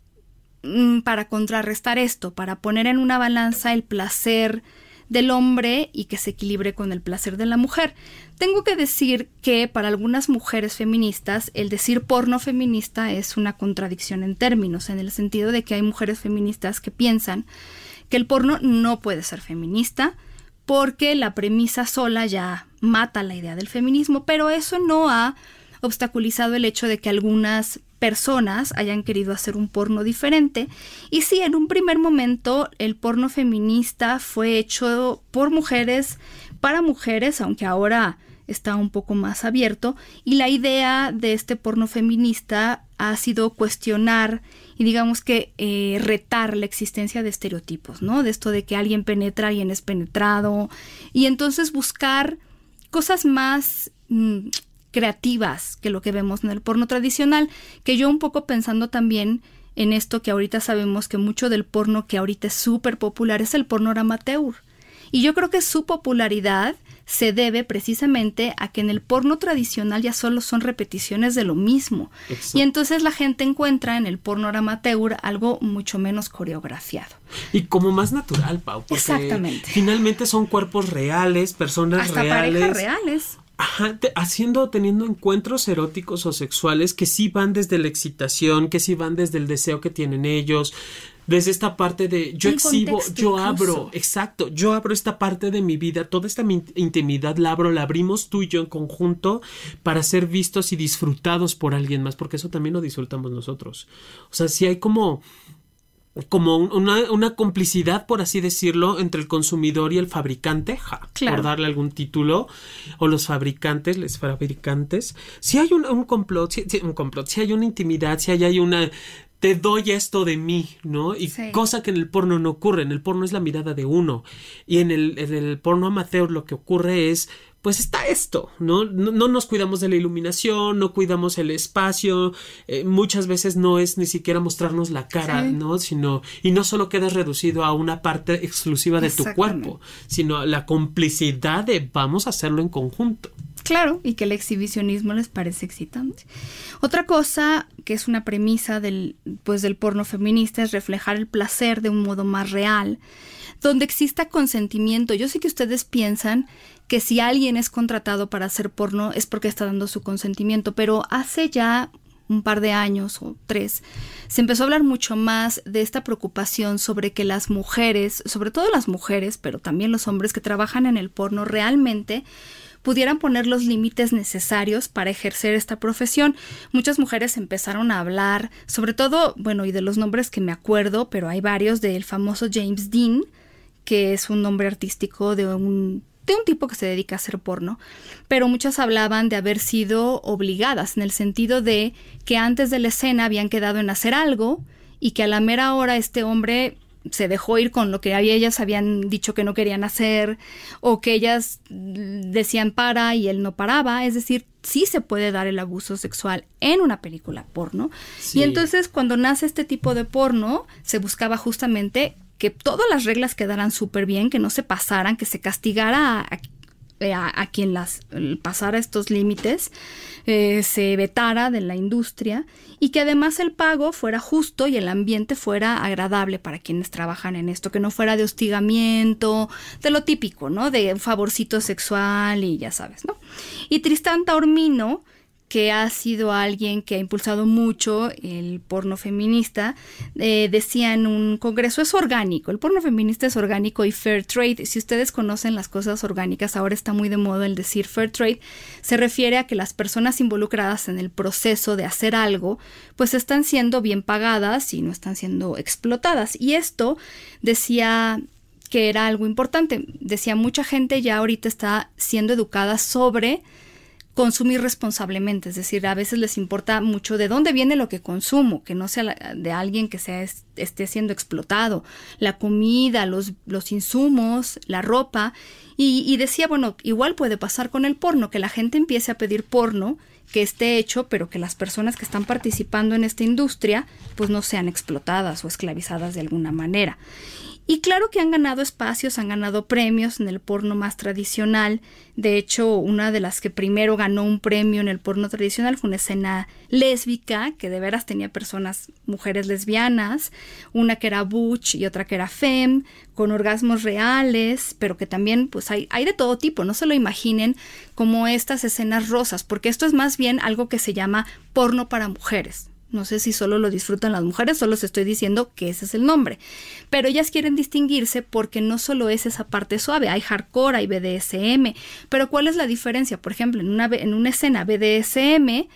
para contrarrestar esto, para poner en una balanza el placer del hombre y que se equilibre con el placer de la mujer. Tengo que decir que para algunas mujeres feministas el decir porno feminista es una contradicción en términos, en el sentido de que hay mujeres feministas que piensan que el porno no puede ser feminista porque la premisa sola ya mata la idea del feminismo, pero eso no ha obstaculizado el hecho de que algunas personas hayan querido hacer un porno diferente. Y sí, en un primer momento el porno feminista fue hecho por mujeres, para mujeres, aunque ahora está un poco más abierto, y la idea de este porno feminista ha sido cuestionar y digamos que retar la existencia de estereotipos, ¿no? De esto de que alguien penetra, alguien es penetrado, y entonces buscar cosas más creativas que lo que vemos en el porno tradicional, que yo un poco pensando también en esto que ahorita sabemos que mucho del porno que ahorita es súper popular es el porno amateur. Y yo creo que su popularidad se debe precisamente a que en el porno tradicional ya solo son repeticiones de lo mismo. Exacto. Y entonces la gente encuentra en el porno amateur algo mucho menos coreografiado. Y como más natural, Pau. Porque exactamente. Finalmente son cuerpos reales, personas hasta reales. Hasta parejas reales. Ajá, teniendo encuentros eróticos o sexuales que sí van desde la excitación, que sí van desde el deseo que tienen ellos, desde esta parte de yo exhibo, yo abro, exacto, yo abro esta parte de mi vida, toda esta intimidad la abrimos tú y yo en conjunto para ser vistos y disfrutados por alguien más, porque eso también lo disfrutamos nosotros. O sea, sí hay como una complicidad, por así decirlo, entre el consumidor y el fabricante, claro, por darle algún título, o los fabricantes, si hay un complot, si hay una intimidad, si hay una te doy esto de mí, ¿no? Y sí, cosa que en el porno no ocurre. En el porno es la mirada de uno. Y en el porno amateur lo que ocurre es, pues está esto, ¿no? No nos cuidamos de la iluminación, no cuidamos el espacio, muchas veces no es ni siquiera mostrarnos la cara, sí, ¿no? Y no solo quedas reducido a una parte exclusiva de tu cuerpo, sino a la complicidad de vamos a hacerlo en conjunto. Claro, y que el exhibicionismo les parece excitante. Otra cosa que es una premisa del porno feminista es reflejar el placer de un modo más real, donde exista consentimiento. Yo sé que ustedes piensan que si alguien es contratado para hacer porno es porque está dando su consentimiento, pero hace ya un par de años o 3, se empezó a hablar mucho más de esta preocupación sobre que las mujeres, sobre todo las mujeres, pero también los hombres que trabajan en el porno realmente pudieran poner los límites necesarios para ejercer esta profesión. Muchas mujeres empezaron a hablar, sobre todo, y de los nombres que me acuerdo, pero hay varios, del famoso James Dean, que es un nombre artístico de un tipo que se dedica a hacer porno, pero muchas hablaban de haber sido obligadas, en el sentido de que antes de la escena habían quedado en hacer algo y que a la mera hora este hombre se dejó ir con lo que ellas habían dicho que no querían hacer, o que ellas decían para y él no paraba. Es decir, sí se puede dar el abuso sexual en una película porno. Sí. Y entonces cuando nace este tipo de porno, se buscaba justamente que todas las reglas quedaran súper bien, que no se pasaran, que se castigara a quien pasara estos límites, se vetara de la industria, y que además el pago fuera justo y el ambiente fuera agradable para quienes trabajan en esto, que no fuera de hostigamiento, de lo típico, ¿no? De un favorcito sexual y ya sabes, ¿no? Y Tristán Taormino, que ha sido alguien que ha impulsado mucho el porno feminista, decía en un congreso, es orgánico, el porno feminista es orgánico y fair trade. Si ustedes conocen las cosas orgánicas, ahora está muy de moda el decir fair trade, se refiere a que las personas involucradas en el proceso de hacer algo, pues están siendo bien pagadas y no están siendo explotadas. Y esto decía que era algo importante. Decía, mucha gente ya ahorita está siendo educada sobre consumir responsablemente, es decir, a veces les importa mucho de dónde viene lo que consumo, que no sea de alguien que esté siendo explotado, la comida, los insumos, la ropa, y decía, bueno, igual puede pasar con el porno, que la gente empiece a pedir porno que esté hecho, pero que las personas que están participando en esta industria pues no sean explotadas o esclavizadas de alguna manera. Y claro que han ganado espacios, han ganado premios en el porno más tradicional. De hecho, una de las que primero ganó un premio en el porno tradicional fue una escena lésbica, que de veras tenía mujeres lesbianas, una que era butch y otra que era femme, con orgasmos reales, pero que también pues hay de todo tipo. No se lo imaginen como estas escenas rosas, porque esto es más bien algo que se llama porno para mujeres. No sé si solo lo disfrutan las mujeres, solo les estoy diciendo que ese es el nombre. Pero ellas quieren distinguirse porque no solo es esa parte suave, hay hardcore, hay BDSM. Pero ¿cuál es la diferencia? Por ejemplo, en una escena BDSM,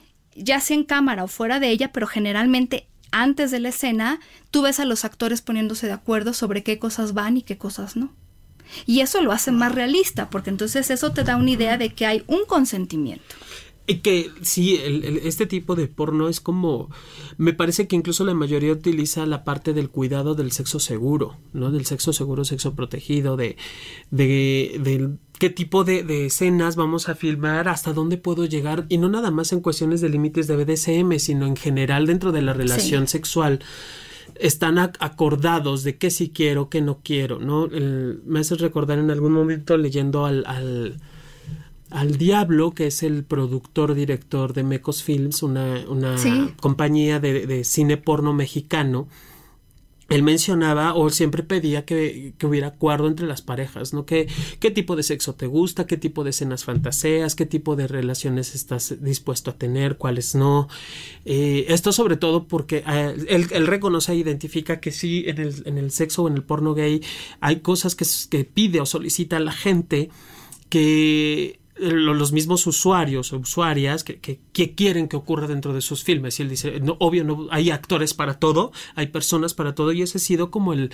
ya sea en cámara o fuera de ella, pero generalmente antes de la escena, tú ves a los actores poniéndose de acuerdo sobre qué cosas van y qué cosas no. Y eso lo hace más realista, porque entonces eso te da una idea de que hay un consentimiento. Y que sí, este tipo de porno es como, me parece que incluso la mayoría utiliza la parte del cuidado del sexo seguro, ¿no? Del sexo seguro, sexo protegido, de qué tipo de escenas vamos a filmar, hasta dónde puedo llegar, y no nada más en cuestiones de límites de BDSM, sino en general dentro de la relación sexual. Están acordados de qué sí quiero, qué no quiero, ¿no? Me hace recordar en algún momento leyendo al Diablo, que es el director de Mecos Films, una compañía de cine porno mexicano. Él mencionaba o siempre pedía que hubiera acuerdo entre las parejas, ¿no? ¿Qué tipo de sexo te gusta? ¿Qué tipo de escenas fantaseas? ¿Qué tipo de relaciones estás dispuesto a tener? ¿Cuáles no? Esto sobre todo porque él reconoce e identifica que sí, en el sexo o en el porno gay hay cosas que pide o solicita la gente que los mismos usuarios o usuarias que quieren que ocurra dentro de sus filmes. Y él dice, no, obvio, no hay actores para todo, hay personas para todo, y ese ha sido como el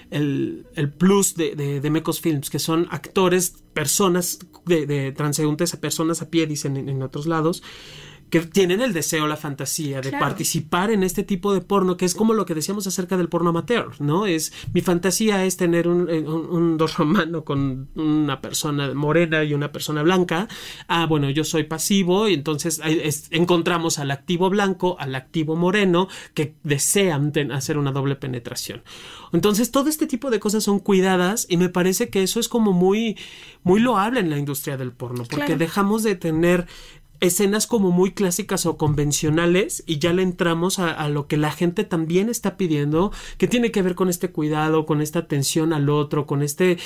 plus de Mecos Films, que son actores, personas de transeúntes, personas a pie, dicen en otros lados, que tienen el deseo, la fantasía de participar en este tipo de porno, que es como lo que decíamos acerca del porno amateur, ¿no? Mi fantasía es tener un dos romano con una persona morena y una persona blanca. Bueno, yo soy pasivo, y entonces encontramos al activo blanco, al activo moreno, que desean hacer una doble penetración. Entonces, todo este tipo de cosas son cuidadas, y me parece que eso es como muy, muy loable en la industria del porno, porque dejamos de tener escenas como muy clásicas o convencionales, y ya le entramos a lo que la gente también está pidiendo, que tiene que ver con este cuidado, con esta atención al otro, con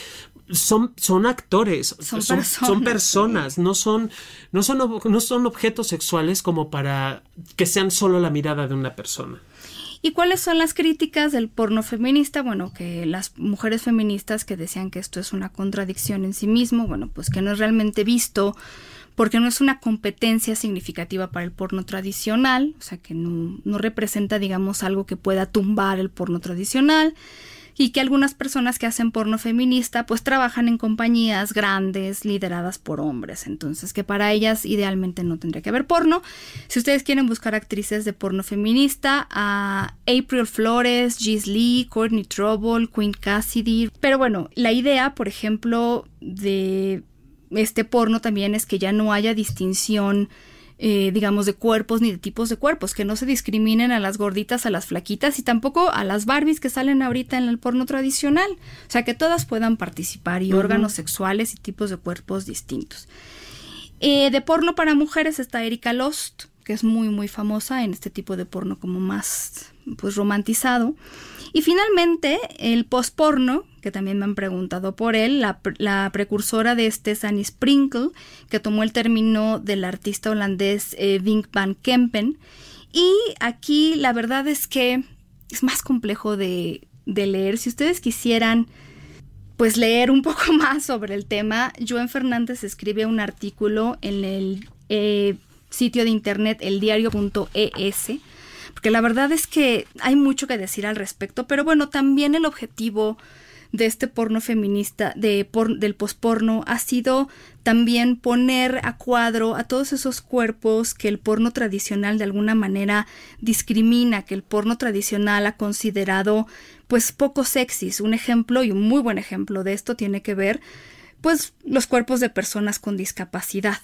son actores, son personas, no son objetos sexuales como para que sean solo la mirada de una persona. ¿Y cuáles son las críticas del porno feminista? Bueno, que las mujeres feministas que decían que esto es una contradicción en sí mismo, bueno, pues que no es realmente visto, porque no es una competencia significativa para el porno tradicional, o sea que no representa, digamos, algo que pueda tumbar el porno tradicional, y que algunas personas que hacen porno feminista pues trabajan en compañías grandes lideradas por hombres, entonces que para ellas idealmente no tendría que haber porno. Si ustedes quieren buscar actrices de porno feminista, a April Flores, Gis Lee, Courtney Trouble, Queen Cassidy. Pero bueno, la idea, por ejemplo, de este porno también es que ya no haya distinción digamos, de cuerpos ni de tipos de cuerpos, que no se discriminen a las gorditas, a las flaquitas y tampoco a las Barbies que salen ahorita en el porno tradicional. O sea, que todas puedan participar y órganos sexuales y tipos de cuerpos distintos. De porno para mujeres está Erika Lost, que es muy, muy famosa en este tipo de porno como más, pues, romantizado. Y finalmente, el post-porno, que también me han preguntado por él, la precursora de este es Annie Sprinkle, que tomó el término del artista holandés Wim van Kempen. Y aquí la verdad es que es más complejo de leer. Si ustedes quisieran pues leer un poco más sobre el tema, Joan Fernández escribe un artículo en el sitio de internet eldiario.es, porque la verdad es que hay mucho que decir al respecto, pero bueno, también el objetivo de este porno feminista, del posporno, ha sido también poner a cuadro a todos esos cuerpos que el porno tradicional de alguna manera discrimina, que el porno tradicional ha considerado pues poco sexys. Un ejemplo y un muy buen ejemplo de esto tiene que ver pues los cuerpos de personas con discapacidad.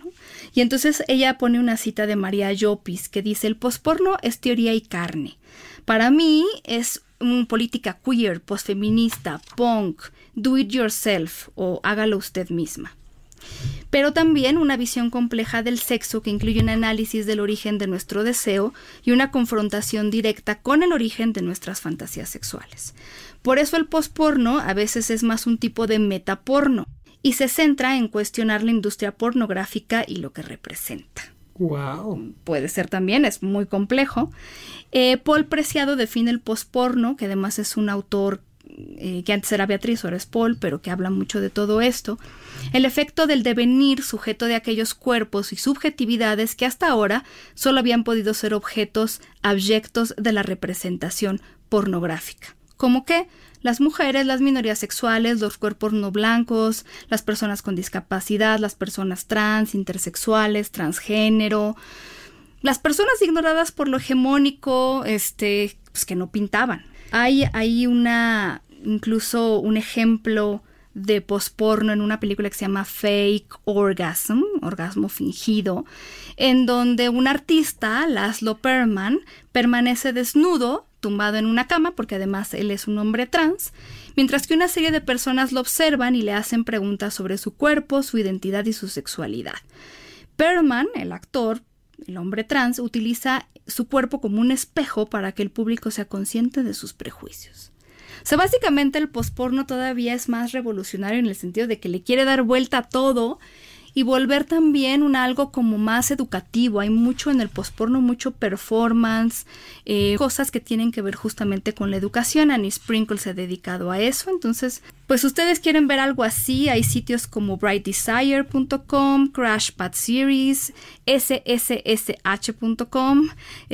Y entonces ella pone una cita de María Llopis que dice: el posporno es teoría y carne. Para mí es política queer, posfeminista, punk, do it yourself o hágalo usted misma. Pero también una visión compleja del sexo que incluye un análisis del origen de nuestro deseo y una confrontación directa con el origen de nuestras fantasías sexuales. Por eso el posporno a veces es más un tipo de metaporno y se centra en cuestionar la industria pornográfica y lo que representa. Wow. Puede ser también, es muy complejo. Paul Preciado define el posporno, que además es un autor que antes era Beatriz, ahora es Paul, pero que habla mucho de todo esto. El efecto del devenir sujeto de aquellos cuerpos y subjetividades que hasta ahora solo habían podido ser objetos abyectos de la representación pornográfica. ¿Cómo qué? Las mujeres, las minorías sexuales, los cuerpos no blancos, las personas con discapacidad, las personas trans, intersexuales, transgénero, las personas ignoradas por lo hegemónico, pues que no pintaban. Hay incluso un ejemplo de posporno en una película que se llama Fake Orgasm, orgasmo fingido, en donde un artista, Laszlo Perman, permanece desnudo, tumbado en una cama, porque además él es un hombre trans, mientras que una serie de personas lo observan y le hacen preguntas sobre su cuerpo, su identidad y su sexualidad. Perman, el actor, el hombre trans, utiliza su cuerpo como un espejo para que el público sea consciente de sus prejuicios. O sea, básicamente el posporno todavía es más revolucionario en el sentido de que le quiere dar vuelta a todo y volver también algo como más educativo. Hay mucho en el posporno, mucho performance, cosas que tienen que ver justamente con la educación. Annie Sprinkle se ha dedicado a eso. Entonces, pues ustedes quieren ver algo así, hay sitios como brightdesire.com, Crash Pad Series, sssh.com,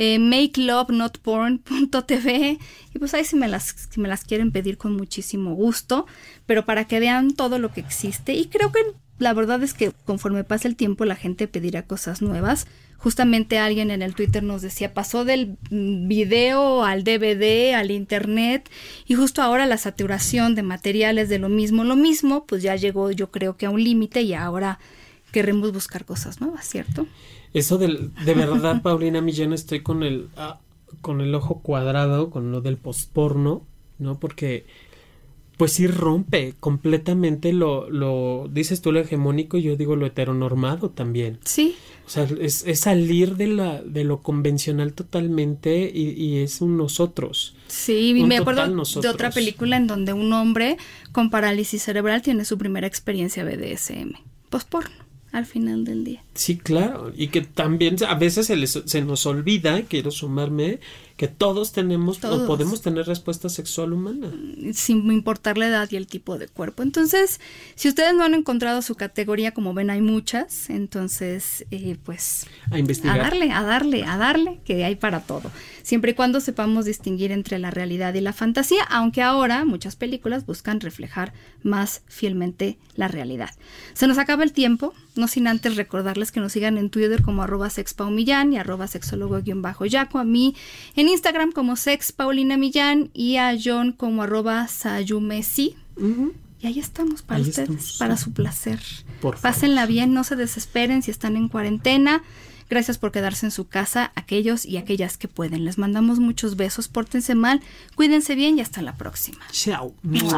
makelovenotporn.tv, y pues ahí si me las quieren pedir con muchísimo gusto, pero para que vean todo lo que existe. Y creo que la verdad es que conforme pasa el tiempo la gente pedirá cosas nuevas. Justamente alguien en el Twitter nos decía, pasó del video al DVD, al internet, y justo ahora la saturación de materiales de lo mismo, pues ya llegó yo creo que a un límite y ahora queremos buscar cosas nuevas, ¿cierto? Eso de verdad, Paulina Millán, estoy con el ojo cuadrado con lo del posporno, ¿no? Porque pues sí rompe completamente lo dices tú lo hegemónico y yo digo lo heteronormado también. Sí. O sea, es salir de lo convencional totalmente y es un nosotros. Sí, me acuerdo de otra película en donde un hombre con parálisis cerebral tiene su primera experiencia BDSM, posporno, al final del día. Sí, claro, y que también a veces se nos olvida, quiero sumarme, que todos tenemos o podemos tener respuesta sexual humana. Sin importar la edad y el tipo de cuerpo. Entonces, si ustedes no han encontrado su categoría, como ven hay muchas, entonces pues a investigar. A darle, que hay para todo. Siempre y cuando sepamos distinguir entre la realidad y la fantasía, aunque ahora muchas películas buscan reflejar más fielmente la realidad. Se nos acaba el tiempo, no sin antes recordarles que nos sigan en Twitter como @sexpaumillán y @sexólogo_yaco, a mí en Instagram como sexpaulinamillán y a John como @sayumesi. Y ahí estamos para ustedes, para su placer. Pásenla bien, no se desesperen si están en cuarentena. Gracias por quedarse en su casa, aquellos y aquellas que pueden. Les mandamos muchos besos, pórtense mal, cuídense bien y hasta la próxima. Chao.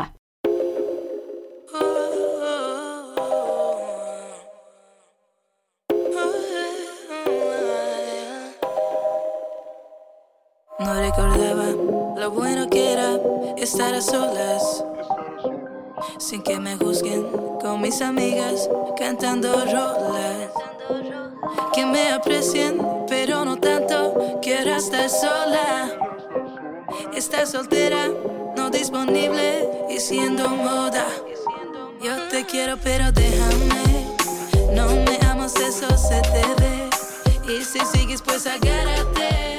No recordaba lo bueno que era estar a solas, sin que me juzguen, con mis amigas cantando rolas. Que me aprecien, pero no tanto. Quiero estar sola, estar soltera, no disponible y siendo moda. Yo te quiero, pero déjame. No me amas, eso se te ve. Y si sigues, pues agárrate.